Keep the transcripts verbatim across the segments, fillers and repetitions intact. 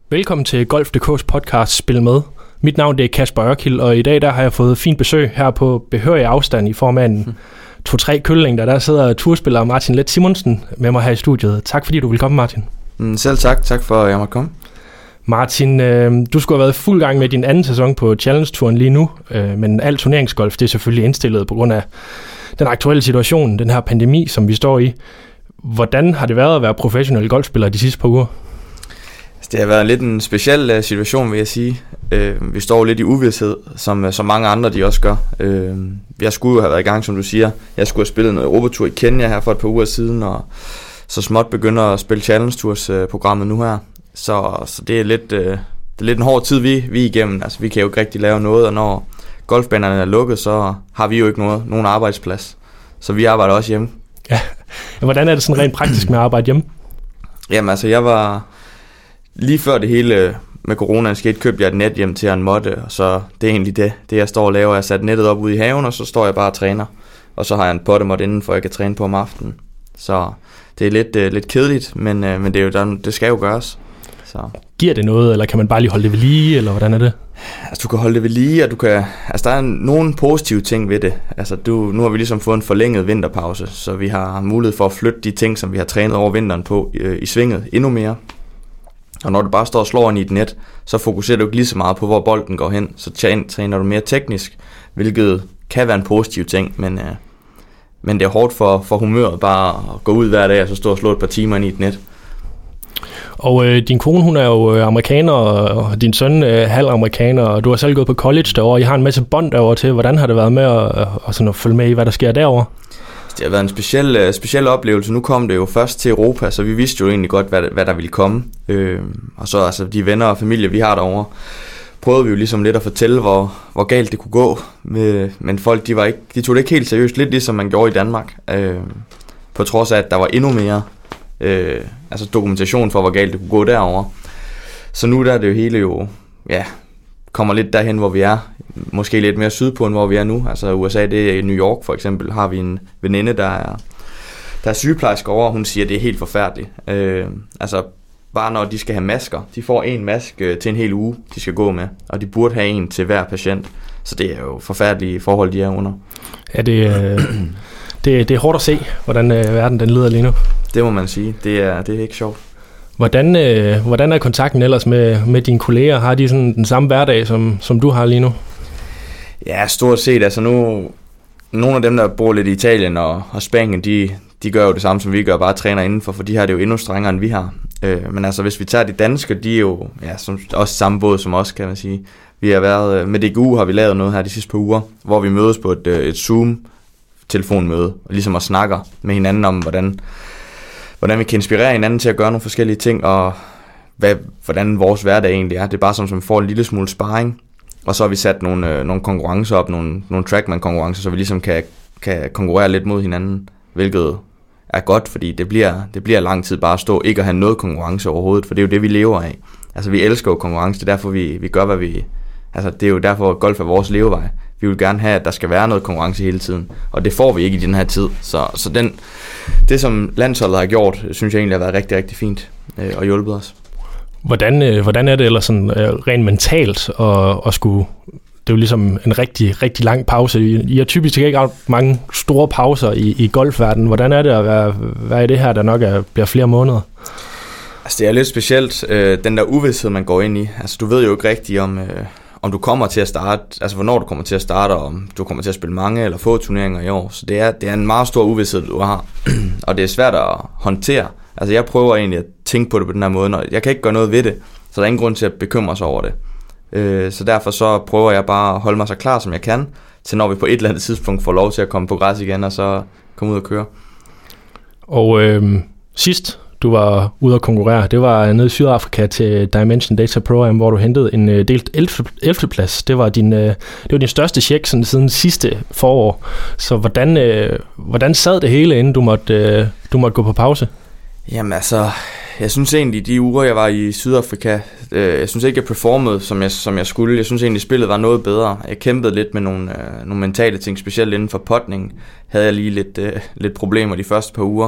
Velkommen til Golf punktum d k's podcast Spil Med. Mit navn det er Kasper Ørkild, og i dag der har jeg fået fint besøg her på behørig afstand i form af en to-tre køllængder. Der sidder turspiller Martin Leth Simonsen med mig her i studiet. Tak fordi du vil komme, Martin. Mm, selv tak. Tak for at jeg måtte komme. Martin, øh, du skulle have været fuld gang med din anden sæson på Challenge-turen lige nu, øh, men al turneringsgolf det er selvfølgelig indstillet på grund af den aktuelle situation, den her pandemi, som vi står i. Hvordan har det været at være professionel golfspiller de sidste par uger? Det har været lidt en speciel uh, situation, vil jeg sige. Uh, vi står lidt i uvished, som, uh, som mange andre de også gør. Uh, jeg skulle jo have været i gang, som du siger. Jeg skulle have spillet noget Europatur i Kenya her for et par uger siden, og så småt begynder at spille Challenge Tours uh, programmet nu her. Så, så det, er lidt, uh, det er lidt en hård tid, vi, vi er igennem. Altså, vi kan jo ikke rigtig lave noget, og når golfbanerne er lukket, så har vi jo ikke noget, nogen arbejdsplads. Så vi arbejder også hjemme. Ja. Hvordan er det sådan rent praktisk med at arbejde hjemme? Jamen altså, jeg var... Lige før det hele med coronaen skete, købte jeg et net hjem til en måtte, og så det er egentlig det, det jeg står og laver. Jeg har sat nettet op ude i haven, og så står jeg bare og træner. Og så har jeg en pottemåtte inden, for jeg kan træne på om aftenen. Så det er lidt, uh, lidt kedeligt, men, uh, men det, er jo, der, det skal jo gøres. Så. Giver det noget, eller kan man bare lige holde det ved lige, eller hvordan er det? Altså du kan holde det ved lige, og du kan, altså der er nogle positive ting ved det. Altså du, nu har vi ligesom fået en forlænget vinterpause, så vi har mulighed for at flytte de ting, som vi har trænet over vinteren på øh, i svinget endnu mere. Og når du bare står og slår ind i et net, så fokuserer du ikke lige så meget på, hvor bolden går hen. Så træner du mere teknisk, hvilket kan være en positiv ting, men, øh, men det er hårdt for, for humøret bare at gå ud hver dag og så stå og slå et par timer ind i et net. Og øh, din kone, hun er jo amerikaner, og din søn er halv amerikaner, og du har selv gået på college derovre. I har en masse bånd derovre til. Hvordan har det været med at, at, sådan at følge med i, hvad der sker derovre? Det har været en speciel, speciel oplevelse. Nu kom det jo først til Europa, så vi vidste jo egentlig godt, hvad, hvad der ville komme. Øh, og så altså de venner og familie, vi har derovre, prøvede vi jo ligesom lidt at fortælle, hvor, hvor galt det kunne gå. Med, men folk, de, var ikke, de tog det ikke helt seriøst, lidt ligesom man gjorde i Danmark. Øh, på trods af, at der var endnu mere øh, altså dokumentation for, hvor galt det kunne gå derovre. Så nu der er det jo hele jo, ja, kommer lidt derhen, hvor vi er. Måske lidt mere sydpå, end hvor vi er nu. Altså U S A, det er New York for eksempel, har vi en veninde, der er, der er sygeplejerske over, og hun siger, at det er helt forfærdeligt. Øh, altså bare når de skal have masker, de får en maske til en hel uge, de skal gå med, og de burde have en til hver patient. Så det er jo forfærdelige forhold, de er under. Ja, det, øh, det, det er hårdt at se, hvordan øh, verden den lider lige nu. Det må man sige. Det er, det er ikke sjovt. Hvordan, øh, hvordan er kontakten ellers med, med dine kolleger? Har de sådan den samme hverdag, som, som du har lige nu? Ja, stort set. Altså nu, nogle af dem, der bor lidt i Italien og, og Spanien, de, de gør jo det samme, som vi gør, bare træner indenfor, for de har det jo endnu strengere, end vi har. Øh, men altså, hvis vi tager de danske, de er jo ja, som, også samme båd som os, kan man sige. Vi har været, med D G U har vi lavet noget her de sidste par uger, hvor vi mødes på et, et Zoom-telefonmøde, og ligesom og snakker med hinanden om, hvordan... hvordan vi kan inspirere hinanden til at gøre nogle forskellige ting, og hvad, hvordan vores hverdag egentlig er. Det er bare som, som vi får en lille smule sparring, og så har vi sat nogle, øh, nogle konkurrencer op, nogle, nogle trackman-konkurrencer, så vi ligesom kan, kan konkurrere lidt mod hinanden, hvilket er godt, fordi det bliver, det bliver lang tid bare at stå, ikke at have noget konkurrence overhovedet, for det er jo det, vi lever af. Altså, vi elsker jo konkurrence, det er derfor, vi, vi gør, hvad vi... Altså, det er jo derfor, at golf er vores levevej. Vi vil gerne have, at der skal være noget konkurrence hele tiden, og det får vi ikke i den her tid. Så, så den, det, som landsholdet har gjort, synes jeg egentlig har været rigtig, rigtig fint øh, og hjulpet os. Hvordan, øh, hvordan er det ellers sådan øh, rent mentalt at, at skulle... Det er jo ligesom en rigtig, rigtig lang pause. I har typisk ikke ret mange store pauser i, i golfverdenen. Hvordan er det at være, være i det her, der nok er, bliver flere måneder? Altså, det er lidt specielt, øh, den der uvished, man går ind i. Altså, du ved jo ikke rigtigt om... Øh, om du kommer til at starte, altså hvornår du kommer til at starte, og om du kommer til at spille mange eller få turneringer i år. Så det er, det er en meget stor uvished, du har, og det er svært at håndtere. Altså jeg prøver egentlig at tænke på det på den her måde, og jeg kan ikke gøre noget ved det, så der er ingen grund til at bekymre sig over det. Øh, så derfor så prøver jeg bare at holde mig så klar, som jeg kan, til når vi på et eller andet tidspunkt får lov til at komme på græs igen, og så komme ud og køre. Og øh, sidst du var ude at konkurrere, det var nede i Sydafrika til Dimension Data Pro-Am, hvor du hentede en uh, delt ellevte plads. Det var din, uh, det var din største check sådan, siden sidste forår. Så hvordan, uh, hvordan sad det hele, inden du måtte, uh, du måtte gå på pause? Jamen altså, jeg synes egentlig, de uger, jeg var i Sydafrika, øh, jeg synes ikke, jeg performede, som jeg, som jeg skulle. Jeg synes egentlig, spillet var noget bedre. Jeg kæmpede lidt med nogle, øh, nogle mentale ting, specielt inden for putning. Havde jeg lige lidt, øh, lidt problemer de første par uger.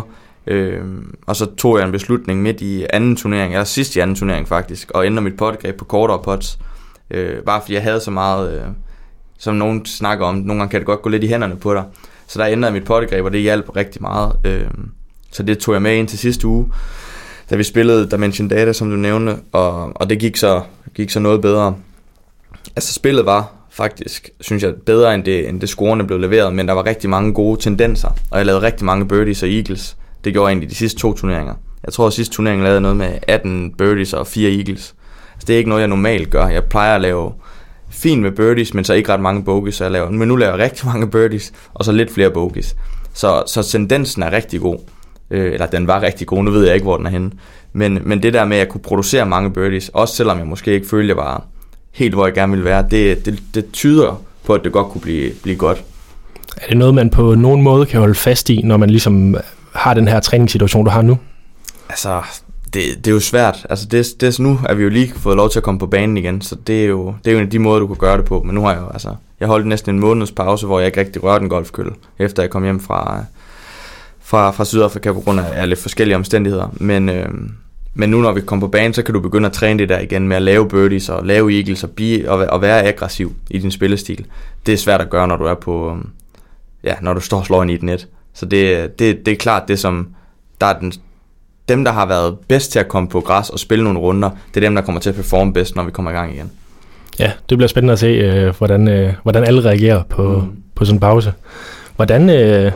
Øh, og så tog jeg en beslutning midt i anden turnering, eller sidst i anden turnering faktisk, og ændre mit potgreb på kortere pots. Øh, bare fordi jeg havde så meget, øh, som nogen snakker om, nogle gange kan det godt gå lidt i hænderne på dig. Så der ændrede jeg mit potgreb, og det hjalp rigtig meget. Øh, så det tog jeg med ind til sidste uge, da vi spillede Dimension Data, som du nævnte, og, og det gik så, gik så noget bedre. Altså spillet var faktisk, synes jeg, bedre end det, end det scorene blev leveret, men der var rigtig mange gode tendenser, og jeg lavede rigtig mange birdies og eagles. Det gjorde jeg egentlig de sidste to turneringer. Jeg tror, at sidste turnering lavede noget med atten birdies og fire eagles. Altså, det er ikke noget, jeg normalt gør. Jeg plejer at lave fint med birdies, men så ikke ret mange bogeys. Så jeg laver, men nu laver jeg rigtig mange birdies, og så lidt flere bogeys. Så, så tendensen er rigtig god. Øh, eller den var rigtig god, nu ved jeg ikke, hvor den er henne. Men, men det der med, at jeg kunne producere mange birdies, også selvom jeg måske ikke følte, at jeg var helt, hvor jeg gerne ville være, det, det, det tyder på, at det godt kunne blive, blive godt. Er det noget, man på nogen måde kan holde fast i, når man ligesom har den her træningssituation, du har nu? Altså, det, det er jo svært. Altså, det, det, nu er vi jo lige fået lov til at komme på banen igen, så det er jo, det er jo en af de måder, du kan gøre det på. Men nu har jeg jo, altså, jeg holdt næsten en måneds pause, hvor jeg ikke rigtig rørte en golfkølle, efter jeg kom hjem fra, fra, fra Sydafrika på grund af, af lidt forskellige omstændigheder. Men, øh, men nu, når vi kommer på banen, så kan du begynde at træne det der igen med at lave birdies og lave eagles og, be, og, og være aggressiv i din spillestil. Det er svært at gøre, når du er på, ja, når du står og slår ind i et net. Så det, det, det er klart det, som der er den, dem, der har været bedst til at komme på græs og spille nogle runder, det er dem, der kommer til at performe bedst, når vi kommer i gang igen. Ja, det bliver spændende at se, øh, hvordan, øh, hvordan alle reagerer på, mm. på sådan en pause. Hvordan, øh,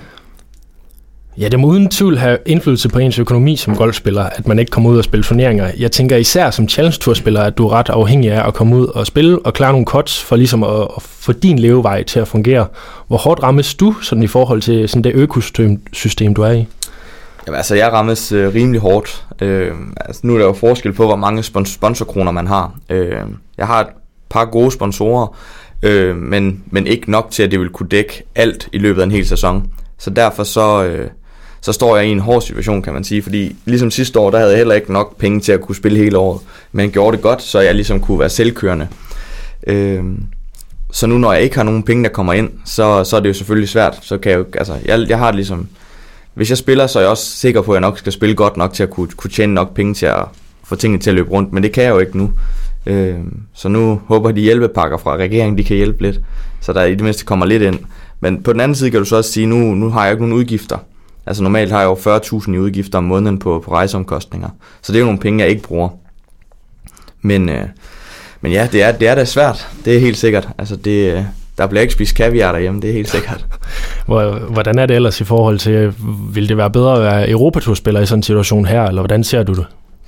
ja, det må uden tvivl have indflydelse på ens økonomi som golfspiller, at man ikke kommer ud og spille turneringer. Jeg tænker især som challenge-turspiller, at du er ret afhængig af at komme ud og spille og klare nogle cuts for ligesom at, at få din levevej til at fungere. Hvor hårdt rammes du sådan i forhold til sådan det økosystem, du er i? Jamen, altså, jeg rammes øh, rimelig hårdt. Øh, altså, nu er der jo forskel på, hvor mange spons- sponsorkroner man har. Øh, jeg har et par gode sponsorer, øh, men, men ikke nok til, at det vil kunne dække alt i løbet af en hel sæson. Så derfor så, øh, så står jeg i en hård situation, kan man sige. Fordi ligesom sidste år, der havde jeg heller ikke nok penge til at kunne spille hele året. Men jeg gjorde det godt, så jeg ligesom kunne være selvkørende. Øh, så nu når jeg ikke har nogen penge, der kommer ind, så, så er det jo selvfølgelig svært. Så kan jeg jo, altså, jeg, jeg har det ligesom... Hvis jeg spiller, så er jeg også sikker på, at jeg nok skal spille godt nok til at kunne, kunne tjene nok penge til at få tingene til at løbe rundt. Men det kan jeg jo ikke nu. Øh, så nu håber de hjælpepakker fra regeringen, de kan hjælpe lidt. Så der i det mindste kommer lidt ind. Men på den anden side kan du så også sige, nu, nu har jeg ikke nogen udgifter. Altså normalt har jeg jo fyrre tusind i udgifter om måneden på, på rejseomkostninger. Så det er jo nogle penge, jeg ikke bruger. Men, øh, men ja, det er, det er da svært. Det er helt sikkert. Altså det... Der bliver ikke spist kaviar derhjemme, det er helt sikkert. Hvordan er det ellers i forhold til, vil det være bedre at være Europaturspiller i sådan en situation her, eller hvordan ser du det?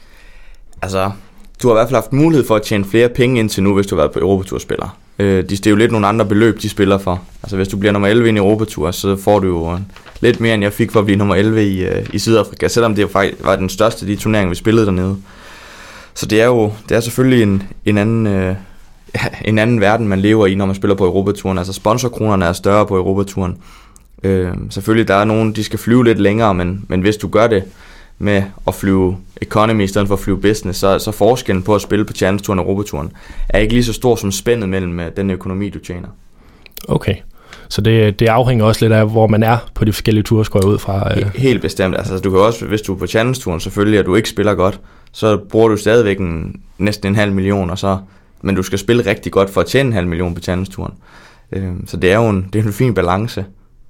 Altså, du har i hvert fald haft mulighed for at tjene flere penge indtil nu, hvis du har været på Europaturspiller. Det er jo lidt nogle andre beløb, de spiller for. Altså, hvis du bliver nummer elleve i en Europatur, så får du jo lidt mere, end jeg fik for at blive nummer elleve i, i Sydafrika, selvom det jo faktisk var den største af de turneringer, vi spillede dernede. Så det er jo det er selvfølgelig en, en anden... en anden verden, man lever i, når man spiller på Europaturen. Altså sponsorkronerne er større på Europaturen. Øh, selvfølgelig, der er nogen, de skal flyve lidt længere, men, men hvis du gør det med at flyve economy i stedet for at flyve business, så, så forskellen på at spille på Challenge-turen og Europaturen er ikke lige så stor som spændet mellem den økonomi, du tjener. Okay, så det, det afhænger også lidt af, hvor man er på de forskellige ture, skal jeg ud fra. Øh. Helt bestemt. Altså, du kan også, hvis du er på Challenge-turen selvfølgelig, og du ikke spiller godt, så bruger du stadigvæk en, næsten en halv million, og så men du skal spille rigtig godt for at tjene en halv million på Challenge-turen. Øh, så det er jo en, det er en fin balance.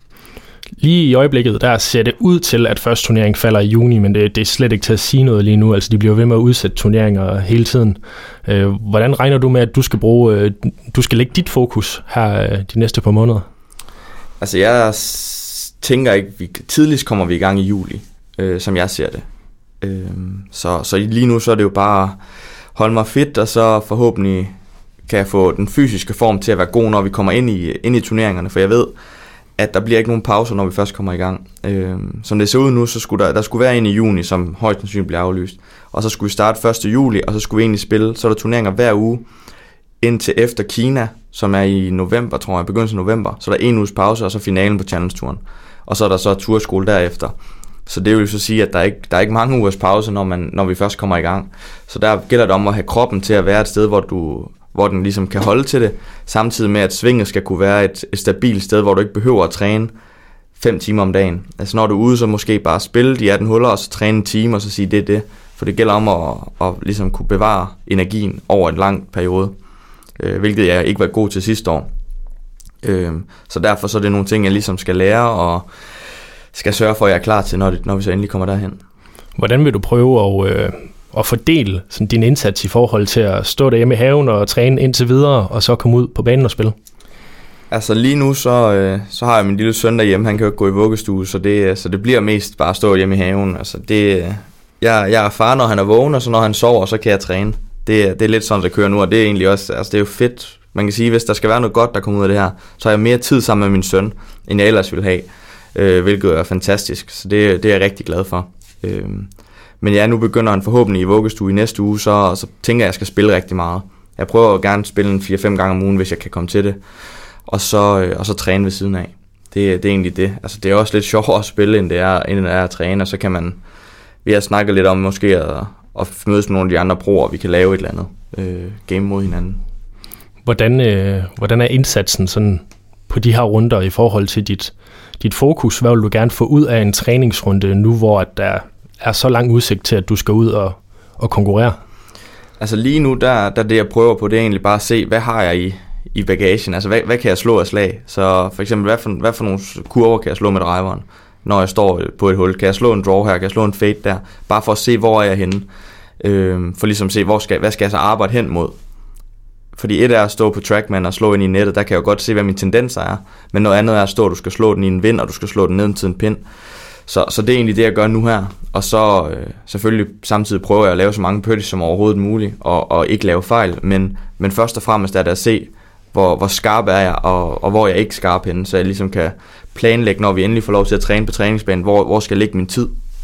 Lige i øjeblikket, der ser det ud til, at første turnering falder i juni, men det, det er slet ikke til at sige noget lige nu. Altså, de bliver ved med at udsætte turneringer hele tiden. Øh, hvordan regner du med, at du skal bruge, øh, du skal lægge dit fokus her øh, de næste par måneder? Altså, jeg tænker ikke, vi, tidligst kommer vi i gang i juli, øh, som jeg ser det. Øh, så, så lige nu, så er det jo bare holde mig fit, og så forhåbentlig kan jeg få den fysiske form til at være god, når vi kommer ind i, ind i turneringerne, for jeg ved, at der bliver ikke nogen pauser, når vi først kommer i gang. Øh, som det ser ud nu, så skulle der, der skulle være en i juni, som højst sandsynligt bliver aflyst, og så skulle vi starte første juli, og så skulle vi egentlig spille, så er der turneringer hver uge, indtil efter Kina, som er i november, tror jeg, begyndelsen af november, så er der en uges pause, og så finalen på Challenge-turen, og så er der så turskole derefter. Så det vil jo så sige, at der er ikke der er ikke mange ugers pause, når man når vi først kommer i gang. Så der gælder det om at have kroppen til at være et sted, hvor du hvor den ligesom kan holde til det, samtidig med at svinget skal kunne være et, et stabilt sted, hvor du ikke behøver at træne fem timer om dagen. Altså når du er ude, så måske bare spille de atten huller, og så træne en time, og så sige, det er det. For det gælder om at, at ligesom kunne bevare energien over en lang periode, øh, hvilket jeg ikke var god til sidste år. Øh, så derfor så er det nogle ting, jeg ligesom skal lære, og skal sørge for, at jeg er klar til, når, det, når vi så endelig kommer derhen. Hvordan vil du prøve at, øh, at fordele sådan, din indsats i forhold til at stå derhjemme i haven og træne indtil videre, og så komme ud på banen og spille? Altså lige nu, så, øh, så har jeg min lille søn derhjemme, han kan jo ikke gå i vuggestue, så det, så det bliver mest bare at stå hjemme i haven. Altså det, jeg, jeg er far, når han er vågen, og så når han sover, så kan jeg træne. Det, det er lidt sådan, det kører nu, og det er egentlig også, altså det er jo fedt. Man kan sige, hvis der skal være noget godt, der kommer ud af det her, så har jeg mere tid sammen med min søn, end jeg ellers ville have, øh, hvilket er fantastisk. Så det, det er jeg rigtig glad for. Øh, men ja, nu begynder han forhåbentlig i vuggestue i næste uge, så, så tænker jeg, at jeg skal spille rigtig meget. Jeg prøver at gerne spille en fire fem gange om ugen, hvis jeg kan komme til det. Og så, øh, og så træne ved siden af. Det, det er egentlig det. Altså, det er også lidt sjovere at spille, end det er, end det er at træne, og så kan man, vi har snakket lidt om måske at, at mødes med nogle af de andre proer, og vi kan lave et eller andet øh, game mod hinanden. Hvordan, øh, hvordan er indsatsen sådan på de her runder i forhold til dit, dit fokus? Hvad vil du gerne få ud af en træningsrunde nu, hvor der er så lang udsigt til, at du skal ud og, og konkurrere? Altså lige nu, der, der det jeg prøver på, det er egentlig bare at se, hvad har jeg i, i bagagen? Altså hvad, hvad kan jeg slå af slag? Så for eksempel, hvad for, hvad for nogle kurver kan jeg slå med driveren, når jeg står på et hul? Kan jeg slå en draw her? Kan jeg slå en fade der? Bare for at se, hvor er jeg henne? Øh, for ligesom at se, hvor skal, hvad skal jeg så arbejde hen mod? Fordi et er at stå på trackman og slå ind i nettet, der kan jeg jo godt se, hvad mine tendenser er. Men noget andet er at stå, at du skal slå den i en vind, og du skal slå den ned til en pind. Så, så det er egentlig det, jeg gør nu her. Og så øh, selvfølgelig samtidig prøver jeg at lave så mange putties som overhovedet muligt, og, og ikke lave fejl. Men, men først og fremmest er det at se, hvor, hvor skarp er jeg, og, og hvor jeg ikke er skarp henne. Så jeg ligesom kan planlægge, når vi endelig får lov til at træne på træningsbanen, hvor, hvor skal jeg lægge min tid.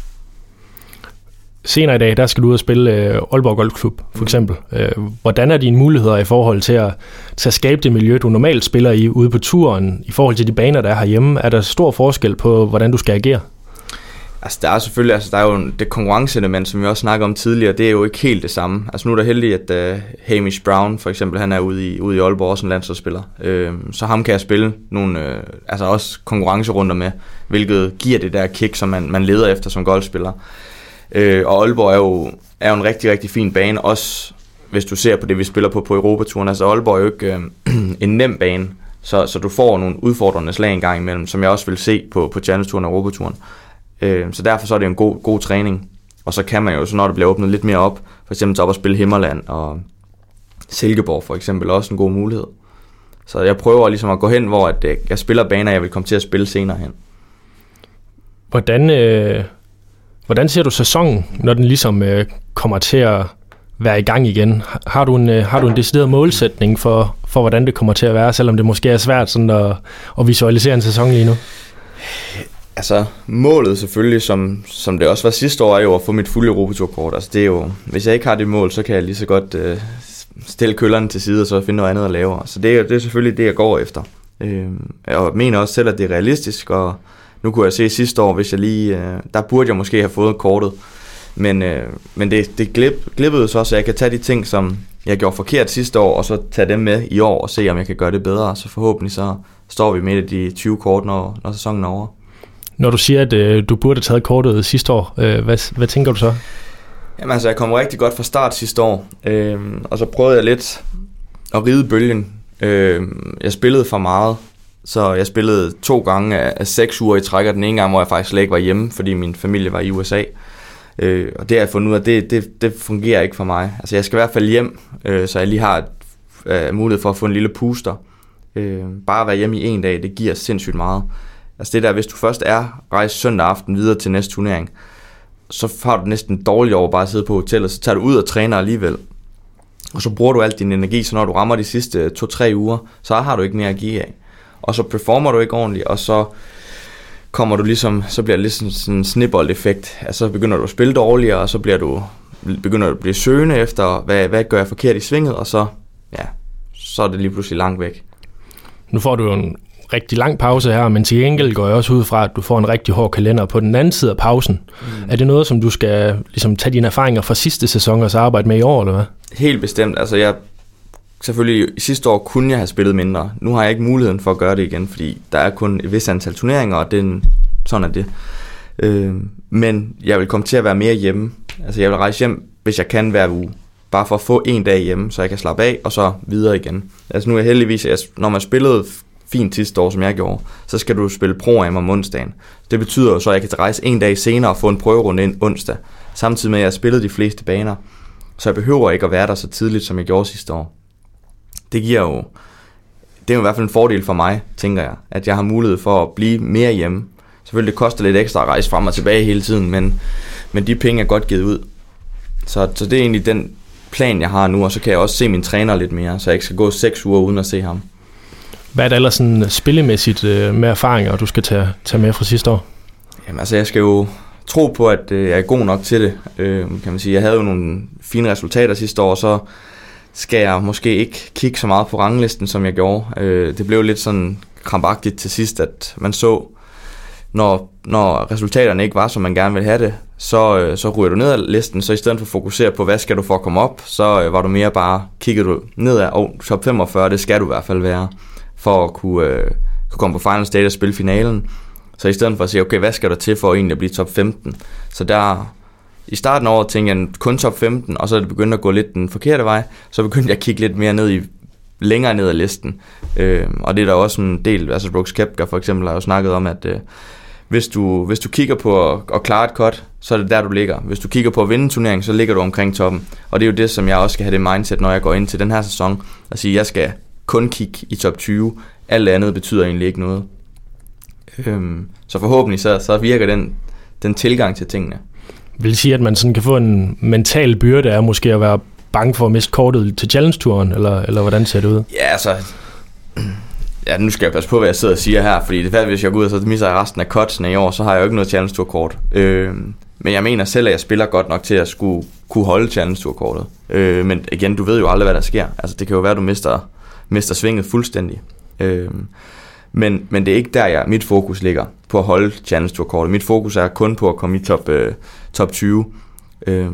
Senere i dag, der skal du ud og spille øh, Aalborg Golfklub, for eksempel. Øh, hvordan er dine muligheder i forhold til at, til at skabe det miljø, du normalt spiller i ude på turen, i forhold til de baner, der er herhjemme? Er der stor forskel på, hvordan du skal agere? Altså, der er selvfølgelig, altså, der er jo det konkurrenceelement, som vi også snakkede om tidligere, det er jo ikke helt det samme. Altså, nu er der heldigt, at uh, Hamish Brown, for eksempel, han er ude i, ude i Aalborg, også en landsholdsspiller. Øh, så ham kan jeg spille nogle, øh, altså også konkurrencerunder med, hvilket giver det der kick, som man, man leder efter som golfspiller. Øh, og Aalborg er jo, er jo en rigtig, rigtig fin bane, også hvis du ser på det, vi spiller på på Europaturen. Altså Aalborg er jo ikke øh, en nem bane, så, så du får nogle udfordrende slag en gang imellem, som jeg også vil se på, på Challenge-turen og Europaturen. Øh, så derfor så er det en god, god træning. Og så kan man jo, så når det bliver åbnet lidt mere op, for eksempel op og spille Himmerland og Silkeborg for eksempel, også en god mulighed. Så jeg prøver ligesom at gå hen, hvor at, jeg spiller baner, jeg vil komme til at spille senere hen. Hvordan... Øh Hvordan ser du sæsonen, når den ligesom øh, kommer til at være i gang igen? Har du en, øh, har du en decideret målsætning for, for, hvordan det kommer til at være, selvom det måske er svært sådan at, at visualisere en sæson lige nu? Altså, målet selvfølgelig, som, som det også var sidste år, er jo at få mit fulde Europaturkort. Altså, det er jo, hvis jeg ikke har det mål, så kan jeg lige så godt øh, stille køllerne til side, og så finde noget andet at lave. Så det er, det er selvfølgelig det, jeg går efter. Øh, jeg mener også selv, at det er realistisk, og nu kunne jeg se sidste år, hvis jeg lige, øh, der burde jeg måske have fået kortet, men, øh, men det, det glip, glippede så, så jeg kan tage de ting, som jeg gjorde forkert sidste år, og så tage dem med i år og se, om jeg kan gøre det bedre. Så forhåbentlig så står vi med de tyve kort, når, når sæsonen er over. Når du siger, at øh, du burde have taget kortet sidste år, øh, hvad, hvad tænker du så? Jamen altså, jeg kom rigtig godt fra start sidste år, øh, og så prøvede jeg lidt at ride bølgen. Øh, jeg spillede for meget. Så jeg spillede to gange af seks uger i træk, og den ene gang, hvor jeg faktisk slet ikke var hjemme, fordi min familie var i U S A. Øh, og det har jeg fundet ud af, det, det, det fungerer ikke for mig. Altså jeg skal i hvert fald hjem, øh, så jeg lige har et, øh, mulighed for at få en lille puster. Øh, bare at være hjemme i en dag, det giver sindssygt meget. Altså det der, hvis du først er rejst søndag aften videre til næste turnering, så har du næsten dårligt over bare at sidde på hotellet, så tager du ud og træner alligevel. Og så bruger du al din energi, så når du rammer de sidste to-tre uger, så har du ikke mere at give af. Og så performer du ikke ordentligt, og så kommer du ligesom, så bliver det ligesom sådan en snibbold-effekt. Altså så begynder du at spille dårligere, og så bliver du, begynder du at blive søgende efter, hvad, hvad gør jeg forkert i svinget, og så, ja, så er det lige pludselig langt væk. Nu får du jo en rigtig lang pause her, men til gengæld går jeg også ud fra, at du får en rigtig hård kalender på den anden side af pausen. Mm. Er det noget, som du skal ligesom tage dine erfaringer fra sidste sæson og så arbejde med i år, eller hvad? Helt bestemt. Altså jeg selvfølgelig sidste år kunne jeg have spillet mindre. Nu har jeg ikke muligheden for at gøre det igen, fordi der er kun et vis antal turneringer, og den, sådan er det. Øh, men jeg vil komme til at være mere hjemme. Altså jeg vil rejse hjem, hvis jeg kan hver uge. Bare for at få en dag hjemme, så jeg kan slappe af, og så videre igen. Altså nu er jeg heldigvis, at når man spillede fint sidste år, som jeg gjorde, så skal du spille Pro-Am om onsdagen. Det betyder jo så, at jeg kan rejse en dag senere og få en prøverunde ind onsdag, samtidig med, at jeg har spillet de fleste baner. Så jeg behøver ikke at være der så tidligt, som jeg gjorde sidste år. Det giver jo, det er jo i hvert fald en fordel for mig, tænker jeg, at jeg har mulighed for at blive mere hjemme. Selvfølgelig det koster lidt ekstra at rejse frem og tilbage hele tiden, men, men de penge er godt givet ud. Så, så det er egentlig den plan, jeg har nu, og så kan jeg også se min træner lidt mere, så jeg ikke skal gå seks uger uden at se ham. Hvad er det ellers sådan spillemæssigt øh, med erfaringer, du skal tage, tage med fra sidste år? Jamen altså, jeg skal jo tro på, at øh, jeg er god nok til det, øh, kan man sige. Jeg havde jo nogle fine resultater sidste år, så skal jeg måske ikke kigge så meget på ranglisten, som jeg gjorde. Øh, det blev lidt sådan krampagtigt til sidst, at man så, når, når resultaterne ikke var, som man gerne ville have det, så, øh, så ryger du ned ad listen, så i stedet for at fokusere på, hvad skal du for at komme op, så øh, var du mere bare, kigger du ned ad, oh, top femogfyrre, det skal du i hvert fald være, for at kunne, øh, kunne komme på final stage og spille finalen. Så i stedet for at sige, okay, hvad skal der til for egentlig at blive top femten? Så der, i starten af året tænkte jeg kun top femten, og så er det begyndt at gå lidt den forkerte vej, så begyndte jeg at kigge lidt mere ned i, længere ned ad listen. Øh, og det er der også en del, altså Brooks Koepka for eksempel har jo snakket om, at øh, hvis, du, hvis du kigger på at, at klare et cut, så er det der, du ligger. Hvis du kigger på at vinde en turnering, så ligger du omkring toppen. Og det er jo det, som jeg også skal have det mindset, når jeg går ind til den her sæson, og sige, jeg skal kun kigge i top tyve, alt andet betyder egentlig ikke noget. Øhm, så forhåbentlig så, så virker den, den tilgang til tingene. Vil det sige, at man sådan kan få en mental byrde af måske at være bange for at miste kortet til Challenge-turen, eller, eller hvordan ser det ud? Ja, altså... Ja, nu skal jeg passe på, hvad jeg sidder og siger her, fordi det er færdigt, hvis jeg går ud og så misser jeg resten af cutsene i år, så har jeg jo ikke noget Challenge-tur-kort. Øhm, men jeg mener selv, at jeg spiller godt nok til at skulle kunne holde Challenge-tur-kortet. Øh, men igen, du ved jo aldrig, hvad der sker. Altså, det kan jo være, at du mister, mister svinget fuldstændig. Øh, men, men det er ikke der, jeg, mit fokus ligger på at holde Challenge-tur-kortet. Mit fokus er kun på at komme i top, øh, top tyve. Øh,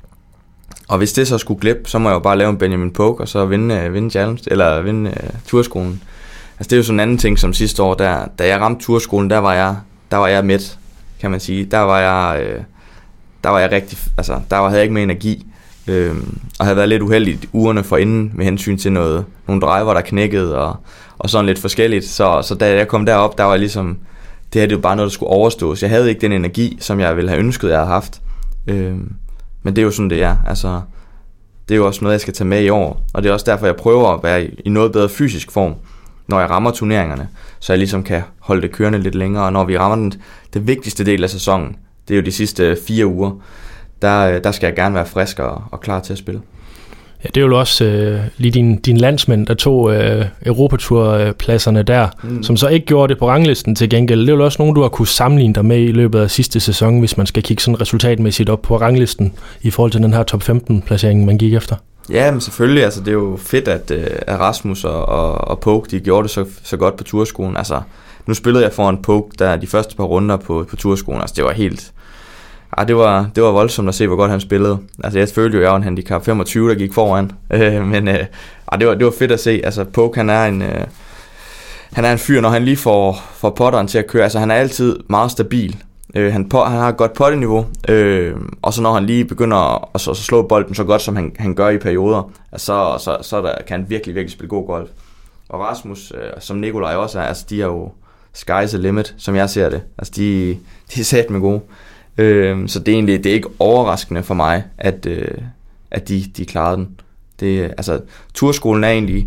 og hvis det så skulle glippe, så må jeg jo bare lave en Benjamin Poke, og så vinde, øh, vinde Challenge, eller vinde øh, turskolen. Altså, det er jo sådan en anden ting som sidste år, der, da jeg ramte turskolen, der var jeg, der var jeg midt, kan man sige. Der var jeg, øh, der var jeg rigtig, altså, der havde jeg ikke mere energi. Øh, og havde været lidt uheldig ugerne forinden med hensyn til noget, nogle driver, der knækkede og, og sådan lidt forskelligt. Så, så da jeg kom derop, der var jeg ligesom, det her det var bare noget, der skulle overstås. Jeg havde ikke den energi, som jeg ville have ønsket, jeg havde haft. Øh, men det er jo sådan, det er. Altså, det er jo også noget, jeg skal tage med i år. Og det er også derfor, jeg prøver at være i noget bedre fysisk form, når jeg rammer turneringerne, så jeg ligesom kan holde det kørende lidt længere. Og når vi rammer den, det vigtigste del af sæsonen, det er jo de sidste fire uger, Der, der skal jeg gerne være frisk og, og klar til at spille. Ja, det er jo også øh, lige din, din landsmænd, der tog øh, Europatur-pladserne der, mm. som så ikke gjorde det på ranglisten til gengæld. Det er jo også nogen, du har kunne sammenligne dig med i løbet af sidste sæson, hvis man skal kigge sådan resultatmæssigt op på ranglisten i forhold til den her top femten-placering, man gik efter. Ja, men selvfølgelig. Altså, det er jo fedt, at, at Rasmus og, og, og Poke, de gjorde det så, så godt på turskolen. Altså, nu spillede jeg foran Poke, der de første par runder på, på turskolen. Altså, det var helt... Ja, det var, det var voldsomt at se, hvor godt han spillede. Altså, jeg følte jo, at jeg var en handicap femogtyve, der gik foran. Øh, men øh, det, var, det var fedt at se. Altså, Poke, han er en... Øh, han er en fyr, når han lige får, får potteren til at køre. Altså, han er altid meget stabil. Øh, han, han har et godt potteniveau. Øh, og så når han lige begynder at så, så slå bolden så godt, som han, han gør i perioder, altså, så, så, så der, kan han virkelig, virkelig spille god golf. Og Rasmus, øh, som Nikolaj også er, altså, de er jo sky's the limit, som jeg ser det. Altså, de, de er sat med gode. Øh, så det er egentlig det er ikke overraskende for mig, at, øh, at de, de klarede den. Det, altså, turskolen er egentlig...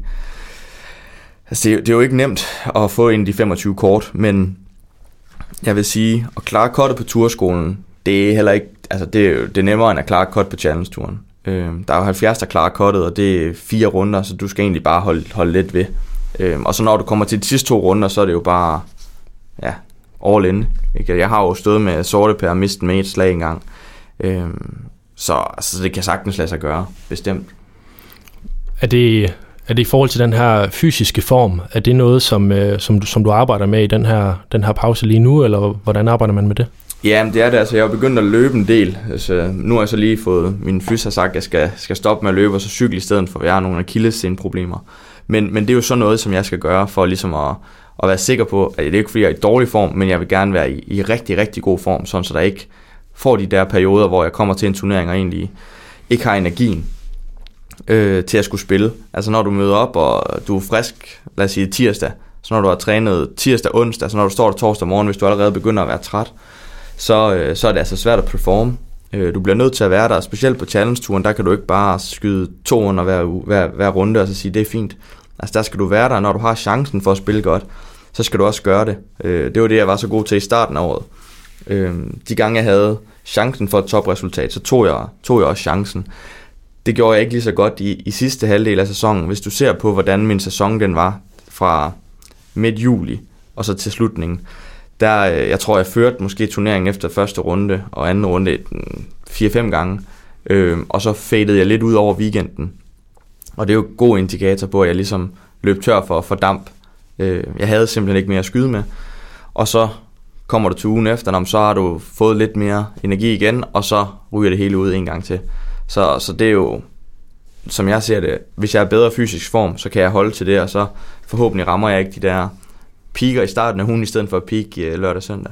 Altså, det, det er jo ikke nemt at få en af de femogtyve kort, men jeg vil sige, at klare kortet på turskolen, det er heller ikke... Altså, det er, det er nemmere end at klare kort på Challenge-turen. Øh, der er jo halvfjerds, der klarer kortet, og det er fire runder, så du skal egentlig bare holde, holde lidt ved. Øh, og så når du kommer til de sidste to runder, så er det jo bare... Ja, all in. Ikke? Jeg har jo stået med sorte pære og mistet med et slag engang. Øhm, så altså, det kan sagtens lade sig gøre, bestemt. Er det, er det i forhold til den her fysiske form, er det noget, som, øh, som, du, som du arbejder med i den her, den her pause lige nu, eller hvordan arbejder man med det? Ja, men det er det. Altså, jeg har begyndt at løbe en del. Altså, nu har jeg så lige fået, min fys har sagt, at jeg skal, skal stoppe med at løbe og så cykle i stedet for, at jeg har nogle akillessenproblemer. Men, men det er jo sådan noget, som jeg skal gøre for ligesom at, at være sikker på, at det er ikke fordi, jeg er i dårlig form, men jeg vil gerne være i, i rigtig, rigtig god form, sådan så der ikke får de der perioder, hvor jeg kommer til en turnering og egentlig ikke har energien øh, til at skulle spille. Altså når du møder op, og du er frisk, lad os sige tirsdag, så når du har trænet tirsdag, onsdag, så når du står der torsdag morgen, hvis du allerede begynder at være træt, så, øh, så er det altså svært at performe. Øh, du bliver nødt til at være der, specielt på challenge-turen, der kan du ikke bare skyde to under hver, hver, hver runde og så sige, det er fint. Altså der skal du være der, når du har chancen for at spille godt, så skal du også gøre det. Øh, det var det, jeg var så god til i starten af året. Øh, de gange, jeg havde chancen for et topresultat, så tog jeg, tog jeg også chancen. Det gjorde jeg ikke lige så godt i, i sidste halvdel af sæsonen. Hvis du ser på, hvordan min sæson den var fra midt juli og så til slutningen, der, jeg tror, jeg førte måske turneringen efter første runde og anden runde fire fem gange, øh, og så fadede jeg lidt ud over weekenden. Og det er jo en god indikator på, at jeg ligesom løb tør for, for damp. Øh, jeg havde simpelthen ikke mere at skyde med. Og så kommer du til ugen efter, så har du fået lidt mere energi igen, og så ryger det hele ud en gang til. Så, så det er jo, som jeg ser det, hvis jeg er bedre fysisk form, så kan jeg holde til det, og så forhåbentlig rammer jeg ikke de der peaker i starten af ugen, i stedet for at peak lørdag og søndag.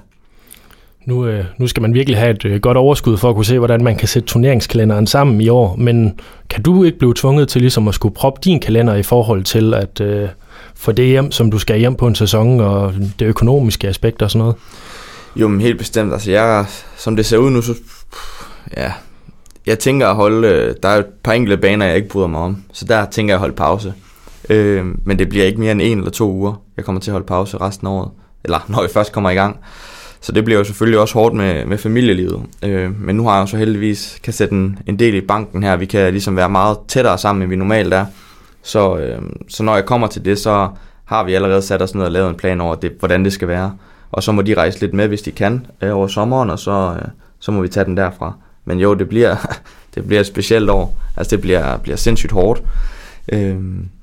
Nu, øh, nu skal man virkelig have et øh, godt overskud for at kunne se, hvordan man kan sætte turneringskalenderen sammen i år, men kan du ikke blive tvunget til ligesom at skulle proppe din kalender i forhold til at øh, få det hjem, som du skal hjem på en sæson, og det økonomiske aspekt og sådan noget? Jo, men helt bestemt. Altså jeg, som det ser ud nu, så ja, jeg tænker at holde, der er et par enkelte baner, jeg ikke bryder mig om, så der tænker jeg at holde pause. Øh, men det bliver ikke mere end en eller to uger. Jeg kommer til at holde pause resten af året, eller når jeg først kommer i gang. Så det bliver jo selvfølgelig også hårdt med, med familielivet. Øh, men nu har jeg jo så heldigvis kan sætte en, en del i banken her. Vi kan ligesom være meget tættere sammen, end vi normalt er. Så, øh, så når jeg kommer til det, så har vi allerede sat os ned og lavet en plan over, det, hvordan det skal være. Og så må de rejse lidt med, hvis de kan, øh, over sommeren, og så, øh, så må vi tage den derfra. Men jo, det bliver, det bliver et specielt år. Altså det bliver, bliver sindssygt hårdt. Øh,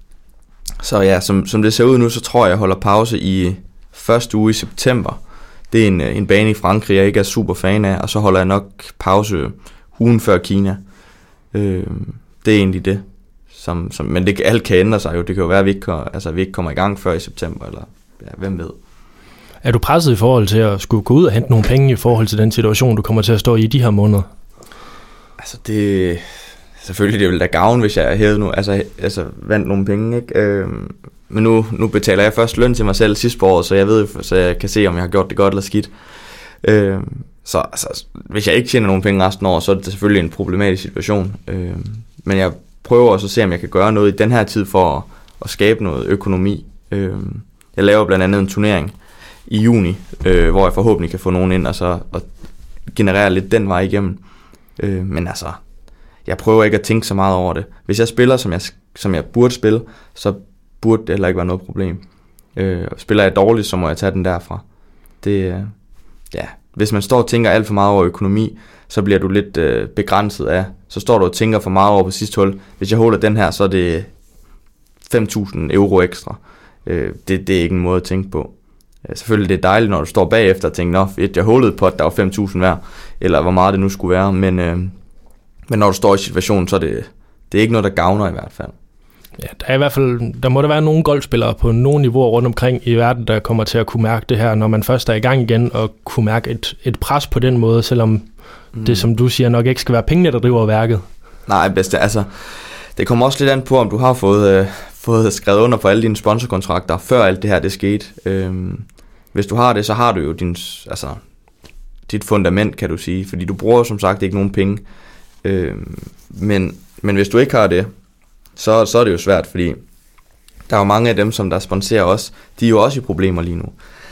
så ja, som, som det ser ud nu, så tror jeg, jeg holder pause i første uge i september. Det er en, en bane i Frankrig, jeg ikke er super fan af, og så holder jeg nok pause ugen før Kina. Øh, det er egentlig det. Som, som, men det, alt kan ændre sig jo. Det kan jo være, at vi ikke, altså, vi ikke kommer i gang før i september, eller ja, hvem ved. Er du presset i forhold til at skulle gå ud og hente nogle penge i forhold til den situation, du kommer til at stå i de her måneder? Altså det... Selvfølgelig, det ville da gavn, hvis jeg havde nu, altså, altså vandt nogle penge, ikke? Øh, men nu, nu betaler jeg først løn til mig selv sidste år, så jeg ved, så jeg kan se, om jeg har gjort det godt eller skidt. Øh, så altså, hvis jeg ikke tjener nogle penge resten af året, så er det selvfølgelig en problematisk situation. Øh, men jeg prøver også at se, om jeg kan gøre noget i den her tid for at, at skabe noget økonomi. Øh, jeg laver blandt andet en turnering i juni, øh, hvor jeg forhåbentlig kan få nogen ind og så og generere lidt den vej igennem. Øh, men altså... Jeg prøver ikke at tænke så meget over det. Hvis jeg spiller, som jeg, som jeg burde spille, så burde det heller ikke være noget problem. Øh, spiller jeg dårligt, så må jeg tage den derfra. Det, ja. Hvis man står og tænker alt for meget over økonomi, så bliver du lidt øh, begrænset af. Så står du og tænker for meget over på sidste hul. Hvis jeg holder den her, så er det fem tusind euro ekstra. Øh, det, det er ikke en måde at tænke på. Øh, selvfølgelig det er dejligt, når du står bagefter og tænker, nå, fedt, jeg hullede på, at der var fem tusind hver, eller hvor meget det nu skulle være, men... Øh, Men når du står i situationen, så er det, det er ikke noget, der gavner i hvert fald. Ja, der er i hvert fald, der må der være nogle golfspillere på nogle niveauer rundt omkring i verden, der kommer til at kunne mærke det her, når man først er i gang igen, og kunne mærke et, et pres på den måde, selvom mm. det, som du siger, nok ikke skal være pengene, der driver værket. Nej, bedste, altså, det kommer også lidt an på, om du har fået, øh, fået skrevet under på alle dine sponsorkontrakter, før alt det her det skete. Øhm, hvis du har det, så har du jo din, altså, dit fundament, kan du sige, fordi du bruger som sagt ikke nogen penge. Øh, men, men hvis du ikke har det, så, så er det jo svært, fordi der er jo mange af dem, som der sponsorerer os, de er jo også i problemer lige nu.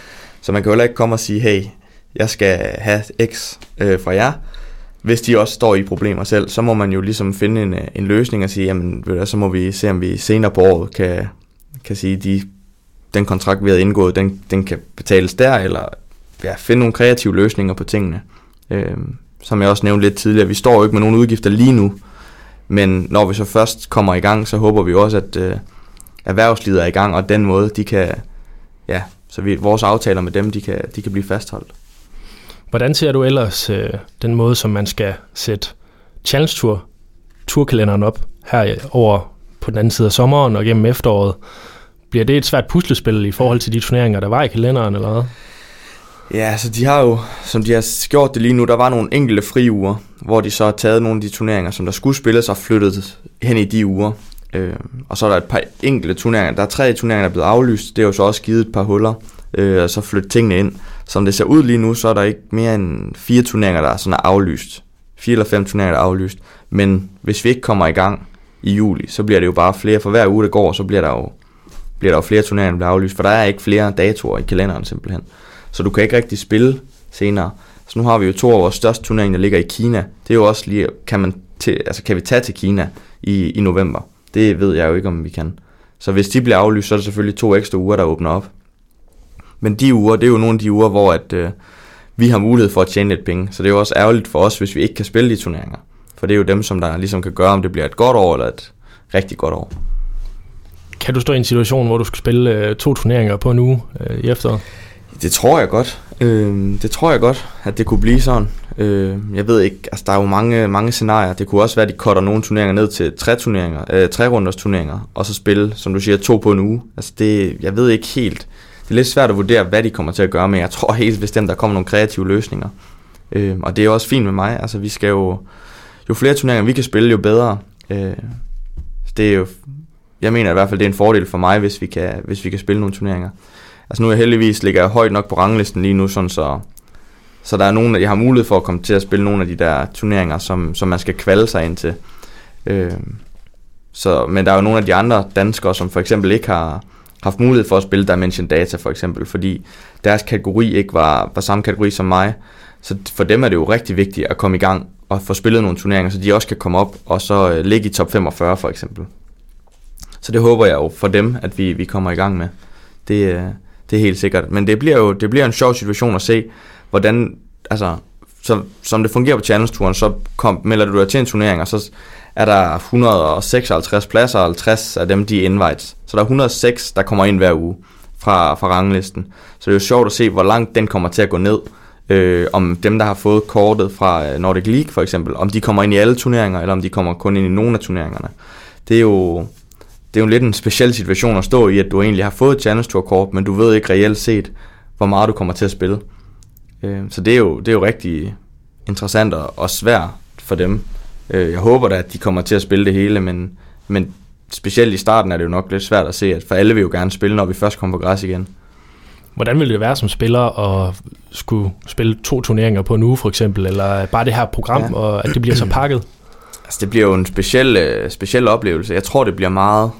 Så man kan jo heller ikke komme og sige, hey, jeg skal have X øh, fra jer. Hvis de også står i problemer selv, så må man jo ligesom finde en, en løsning og sige, jamen ved du, så må vi se, om vi senere på året kan, kan sige, de, den kontrakt, vi har indgået, den, den kan betales der, eller ja, finde nogle kreative løsninger på tingene. Øh, Som jeg også nævnte lidt tidligere, vi står jo ikke med nogen udgifter lige nu, men når vi så først kommer i gang, så håber vi også, at øh, erhvervslivet er i gang, og den måde, de kan, ja, så vi, vores aftaler med dem, de kan, de kan blive fastholdt. Hvordan ser du ellers øh, den måde, som man skal sætte Challenge Tour turkalenderen op her over på den anden side af sommeren og gennem efteråret? Bliver det et svært puslespil i forhold til de turneringer, der var i kalenderen, eller hvad? Ja, så de har jo, som de har gjort det lige nu, der var nogle enkelte fri uger, hvor de så har taget nogle af de turneringer, som der skulle spilles og flyttet hen i de uger. Øh, og så er der et par enkelte turneringer. Der er tre turneringer, der er blevet aflyst. Det er jo så også givet et par huller, øh, og så flytte tingene ind. Som det ser ud lige nu, så er der ikke mere end fire turneringer, der er sådan er aflyst. Fire eller fem turneringer, der er aflyst. Men hvis vi ikke kommer i gang i juli, så bliver det jo bare flere. For hver uge, der går, så bliver der jo, bliver der jo flere turneringer, der bliver aflyst. For der er ikke flere datoer i kalenderen simpelthen. Så du kan ikke rigtig spille senere. Så nu har vi jo to af vores største turneringer, der ligger i Kina. Det er jo også lige, kan, man til, altså kan vi tage til Kina i, i november? Det ved jeg jo ikke, om vi kan. Så hvis de bliver aflyst, så er der selvfølgelig to ekstra uger, der åbner op. Men de uger, det er jo nogle af de uger, hvor at, øh, vi har mulighed for at tjene lidt penge. Så det er jo også ærgerligt for os, hvis vi ikke kan spille de turneringer. For det er jo dem, som der ligesom kan gøre, om det bliver et godt år eller et rigtig godt år. Kan du stå i en situation, hvor du skal spille øh, to turneringer på en uge øh, i efteråret? Det tror jeg godt. Øh, det tror jeg godt, at det kunne blive sådan. Øh, jeg ved ikke, altså der er jo mange, mange scenarier. Det kunne også være, at de cutter nogle turneringer ned til tre turneringer, øh, tre runders turneringer, og så spille, som du siger, to på en uge. Altså det, jeg ved ikke helt. Det er lidt svært at vurdere, hvad de kommer til at gøre, men jeg tror helt bestemt, der kommer nogle kreative løsninger. Øh, og det er også fint med mig. Altså vi skal jo, jo flere turneringer vi kan spille, jo bedre. Øh, det er jo, jeg mener i hvert fald, det er en fordel for mig, hvis vi kan, hvis vi kan spille nogle turneringer. Altså nu er jeg heldigvis ligger jeg højt nok på ranglisten lige nu, sådan så, så der er nogen, jeg har mulighed for at komme til at spille nogle af de der turneringer, som, som man skal kvalde sig ind til. Øh, så, men der er jo nogle af de andre danskere, som for eksempel ikke har haft mulighed for at spille Dimension Data for eksempel, fordi deres kategori ikke var, var samme kategori som mig. Så for dem er det jo rigtig vigtigt at komme i gang og få spillet nogle turneringer, så de også kan komme op og så øh, ligge i top femogfyrre for eksempel. Så det håber jeg jo for dem, at vi, vi kommer i gang med. Det, øh, det er helt sikkert. Men det bliver jo det bliver en sjov situation at se, hvordan, altså, så, som det fungerer på Challenge-turen, så kom, melder du dig til en turnering, og så er der et hundrede og seksoghalvtreds pladser, og halvtreds af dem, de er invites. Så der er et hundrede og seks, der kommer ind hver uge fra, fra ranglisten. Så det er jo sjovt at se, hvor langt den kommer til at gå ned. Øh, om dem, der har fået kortet fra Nordic League for eksempel, om de kommer ind i alle turneringer, eller om de kommer kun ind i nogle af turneringerne. Det er jo, det er jo lidt en speciel situation at stå i, at du egentlig har fået et Challenge Tour kort, men du ved ikke reelt set, hvor meget du kommer til at spille. Øh, så det er, jo, det er jo rigtig interessant og svært for dem. Øh, jeg håber da, at de kommer til at spille det hele, men, men specielt i starten er det jo nok lidt svært at se, at for alle vil jo gerne spille, når vi først kommer på græs igen. Hvordan ville det være som spiller at skulle spille to turneringer på en uge for eksempel, eller bare det her program, ja. Og at det bliver så pakket? Altså det bliver jo en speciel, uh, speciel oplevelse. Jeg tror, det bliver meget...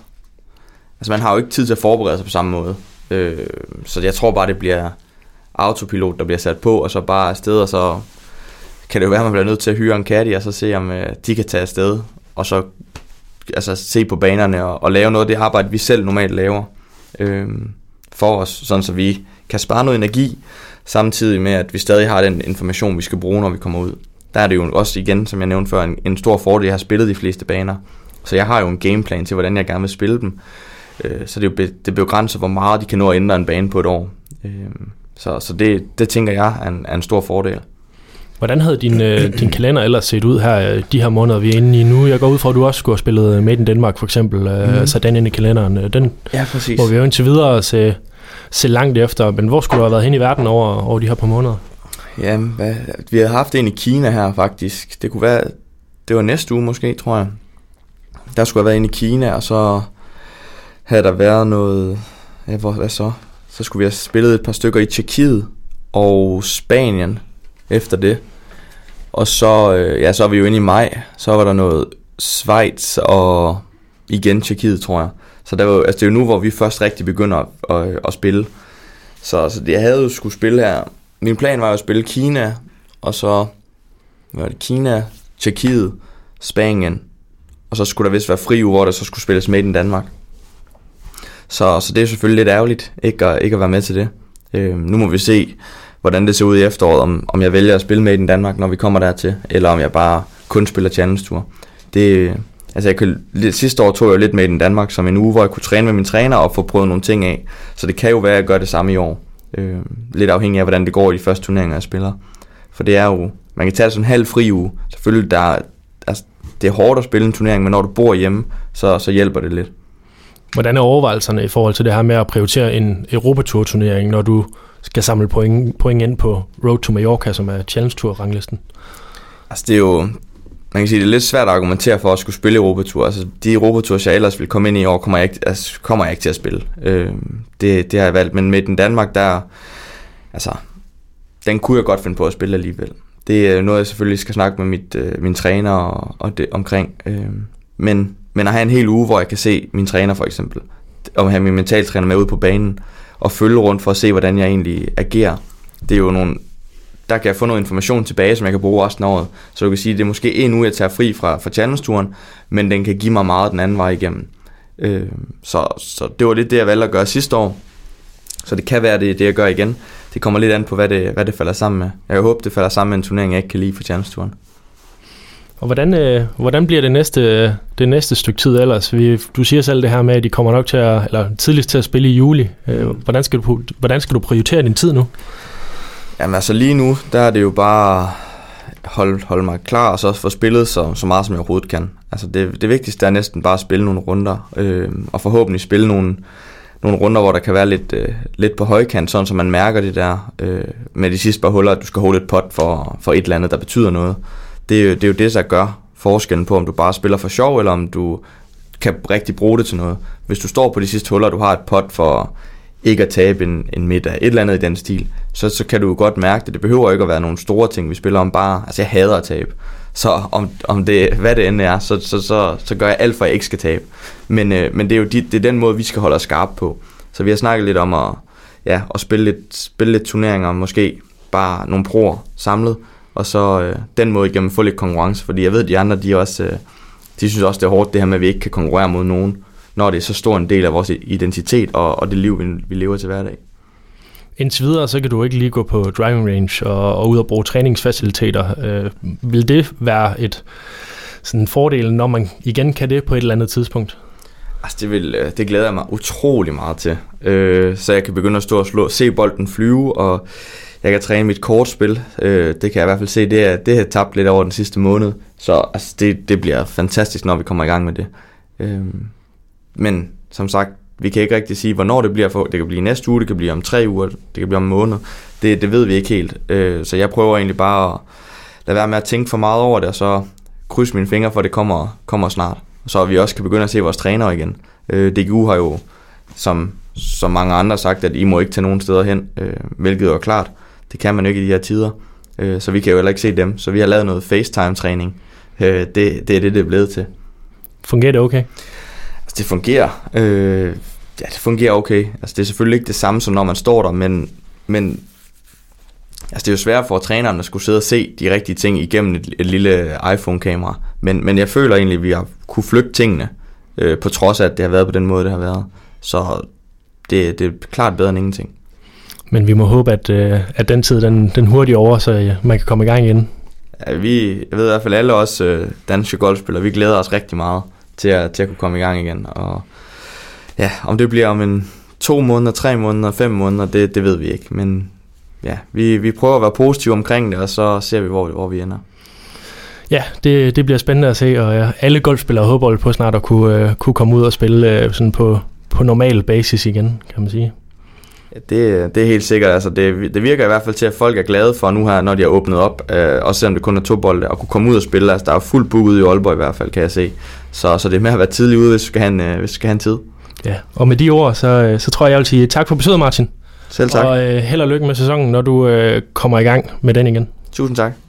Altså man har jo ikke tid til at forberede sig på samme måde. Uh, så jeg tror bare, det bliver autopilot, der bliver sat på, og så bare afsted, og så kan det jo være, at man bliver nødt til at hyre en caddy, og så se, om uh, de kan tage afsted, og så altså, se på banerne og, og lave noget af det arbejde, vi selv normalt laver. Uh, for os, sådan så vi kan spare noget energi, samtidig med, at vi stadig har den information, vi skal bruge, når vi kommer ud. Der er det jo også igen, som jeg nævnte før, en, en stor fordel, jeg har spillet de fleste baner. Så jeg har jo en gameplan til, hvordan jeg gerne vil spille dem. Øh, så det er jo be, det begrænser, hvor meget de kan nå at ændre en bane på et år. Øh, så så det, det tænker jeg er en, er en stor fordel. Hvordan havde din, øh, din kalender ellers set ud her, de her måneder, vi er inde i nu? Jeg går ud fra, at du også skulle have spillet Made in Denmark for eksempel, øh, mm. så den ind i kalenderen. Den ja, præcis. Må vi jo indtil videre se, se langt efter, men hvor skulle du have været hen i verden over, over de her par måneder? Jamen, hvad, vi har haft en i Kina her faktisk. Det kunne være, det var næste uge måske, tror jeg. Der skulle have været en i Kina, og så havde der været noget, ja, hvor, hvad så? Så skulle vi have spillet et par stykker i Tjekkiet og Spanien efter det. Og så, øh, ja, så er vi jo inde i maj. Så var der noget Schweiz og igen Tjekkiet, tror jeg. Så der var, altså det er jo nu, hvor vi først rigtig begynder at, at, at spille. Så, så jeg havde jo skulle spille her. Min plan var jo at spille Kina, og så var det Kina, Tjekkiet, Spanien. Og så skulle der vist være fri uge, hvor der så skulle spilles Made in Danmark. Så, så det er selvfølgelig lidt ærgerligt ikke at, ikke at være med til det. Øh, nu må vi se, hvordan det ser ud i efteråret, om, om jeg vælger at spille Made in Danmark, når vi kommer dertil, eller om jeg bare kun spiller Challenge Tour. Det, altså jeg kunne, sidste år tog jeg lidt Made in Danmark som en uge, hvor jeg kunne træne med min træner og få prøvet nogle ting af. Så det kan jo være, at jeg gør det samme i år. Øh, lidt afhængig af, hvordan det går i de første turneringer, jeg spiller. For det er jo, man kan tage sådan en halv fri uge. Selvfølgelig, der er, altså, det er hårdt at spille en turnering, men når du bor hjemme, så, så hjælper det lidt. Hvordan er overvejelserne i forhold til det her med at prioritere en Europatur-turnering, når du skal samle point, point ind på Road to Mallorca, som er Challenge Tour-ranglisten? Altså det er jo, man kan sige, det er lidt svært at argumentere for at skulle spille Europatur. Altså de Europatours, jeg ellers vil komme ind i år, kommer jeg ikke, altså, kommer jeg ikke til at spille. Øh, det, det har jeg valgt, men med den Danmark, der, altså, den kunne jeg godt finde på at spille alligevel. Det er noget, jeg selvfølgelig skal snakke med mit, øh, min træner og, og det omkring. Øh, men, men at have en hel uge, hvor jeg kan se min træner for eksempel, og have min mentaltræner med ud på banen, og følge rundt for at se, hvordan jeg egentlig agerer. Det er jo nogle, der kan jeg få noget information tilbage, som jeg kan bruge resten af året. Så du kan sige, det er måske en uge, jeg tager fri fra, fra Challenge-turen, men den kan give mig meget den anden vej igennem. Øh, så, så det var lidt det, jeg valgte at gøre sidste år. Så det kan være det, det jeg gør igen. Det kommer lidt an på, hvad det, hvad det falder sammen med. Jeg håber, det falder sammen med en turnering, jeg ikke kan lide for Challenge-turen. Og hvordan, øh, hvordan bliver det næste, det næste stykke tid ellers? Vi, du siger selv det her med, at de kommer nok til at, eller tidligst til at spille i juli. Øh, hvordan, skal du, hvordan skal du prioritere din tid nu? Jamen altså lige nu, der er det jo bare holde, holde mig klar, og så få spillet så, så meget, som jeg overhovedet kan. Altså det, det vigtigste er næsten bare at spille nogle runder, øh, og forhåbentlig spille nogle, nogle runder, hvor der kan være lidt, øh, lidt på højkant, sådan så man mærker det der øh, med de sidste par huller, at du skal holde et pot for, for et eller andet, der betyder noget. Det er, jo, det er jo det, der gør forskellen på, om du bare spiller for sjov, eller om du kan rigtig bruge det til noget. Hvis du står på de sidste huller, du har et pot for ikke at tabe en, en middag, et eller andet i den stil, så, så kan du jo godt mærke det. Det behøver ikke at være nogle store ting, vi spiller om bare. Altså jeg hader at tabe. Så om, om det, hvad det end er, så, så, så, så gør jeg alt for, at jeg ikke skal tabe. Men, øh, men det er jo de, det er den måde, vi skal holde os skarpe på. Så vi har snakket lidt om at, ja, at spille, lidt, spille lidt turneringer, måske bare nogle proer samlet, og så øh, den måde igennem få lidt konkurrence, fordi jeg ved, at de andre, de, også, øh, de synes også, det er hårdt, det her med, at vi ikke kan konkurrere mod nogen, når det er så stor en del af vores identitet og, og det liv, vi, vi lever til hverdag. Indtil videre, så kan du ikke lige gå på driving range og, og ud og bruge træningsfaciliteter. Øh, vil det være et sådan en fordel, når man igen kan det på et eller andet tidspunkt? Altså det, vil, det glæder jeg mig utrolig meget til, øh, så jeg kan begynde at stå og slå, se bolden flyve, og jeg kan træne mit kortspil. Øh, det kan jeg i hvert fald se, det er, det har tabt lidt over den sidste måned, så altså, det, det bliver fantastisk, når vi kommer i gang med det. Øh, men som sagt, vi kan ikke rigtig sige, hvornår det bliver. For. Det kan blive næste uge, det kan blive om tre uger, det kan blive om en måned. Det, det ved vi ikke helt. Øh, så jeg prøver egentlig bare at lade være med at tænke for meget over det, og så krydse mine fingre for, at det kommer, kommer snart. Så vi også kan begynde at se vores trænere igen. Øh, D G U har jo, som, som mange andre, sagt, at I må ikke tage nogen steder hen, øh, hvilket er klart. Det kan man jo ikke i de her tider. Øh, så vi kan jo heller ikke se dem. Så vi har lavet noget FaceTime-træning. Øh, det, det er det, det er blevet til. Fungerer det okay? Altså, det fungerer. Øh, ja, det fungerer okay. Altså, det er selvfølgelig ikke det samme, som når man står der, men, men altså, det er jo svært for træneren at skulle sidde og se de rigtige ting igennem et, et lille iPhone-kamera. Men, men jeg føler egentlig, at vi har kunne flytte tingene, øh, på trods af, at det har været på den måde, det har været. Så det, det er klart bedre end ingenting. Men vi må håbe, at, øh, at den tid, den, den hurtigt over, så ja, man kan komme i gang igen. Ja, vi, jeg ved i hvert fald alle os øh, danske golfspillere, vi glæder os rigtig meget til at, til at kunne komme i gang igen. Og ja, om det bliver om en to måneder, tre måneder, fem måneder, det, det ved vi ikke. Men ja, vi, vi prøver at være positive omkring det, og så ser vi, hvor, hvor vi ender. Ja, det, det bliver spændende at se, og ja, alle golfspillere håber på snart at kunne, uh, kunne komme ud og spille uh, sådan på, på normal basis igen, kan man sige. Ja, det, det er helt sikkert. Altså, det, det virker i hvert fald til, at folk er glade for nu her, når de har åbnet op, øh, også selvom det kun er to bolde, og kunne komme ud og spille. Altså, der er fuldt booket i Aalborg i hvert fald, kan jeg se. Så, så det er med at være tidlig ude, hvis vi skal have en, øh, hvis vi skal have en tid. Ja, og med de ord, så, så tror jeg, jeg vil sige tak for besøget, Martin. Selv tak. Og øh, held og lykke med sæsonen, når du øh, kommer i gang med den igen. Tusind tak.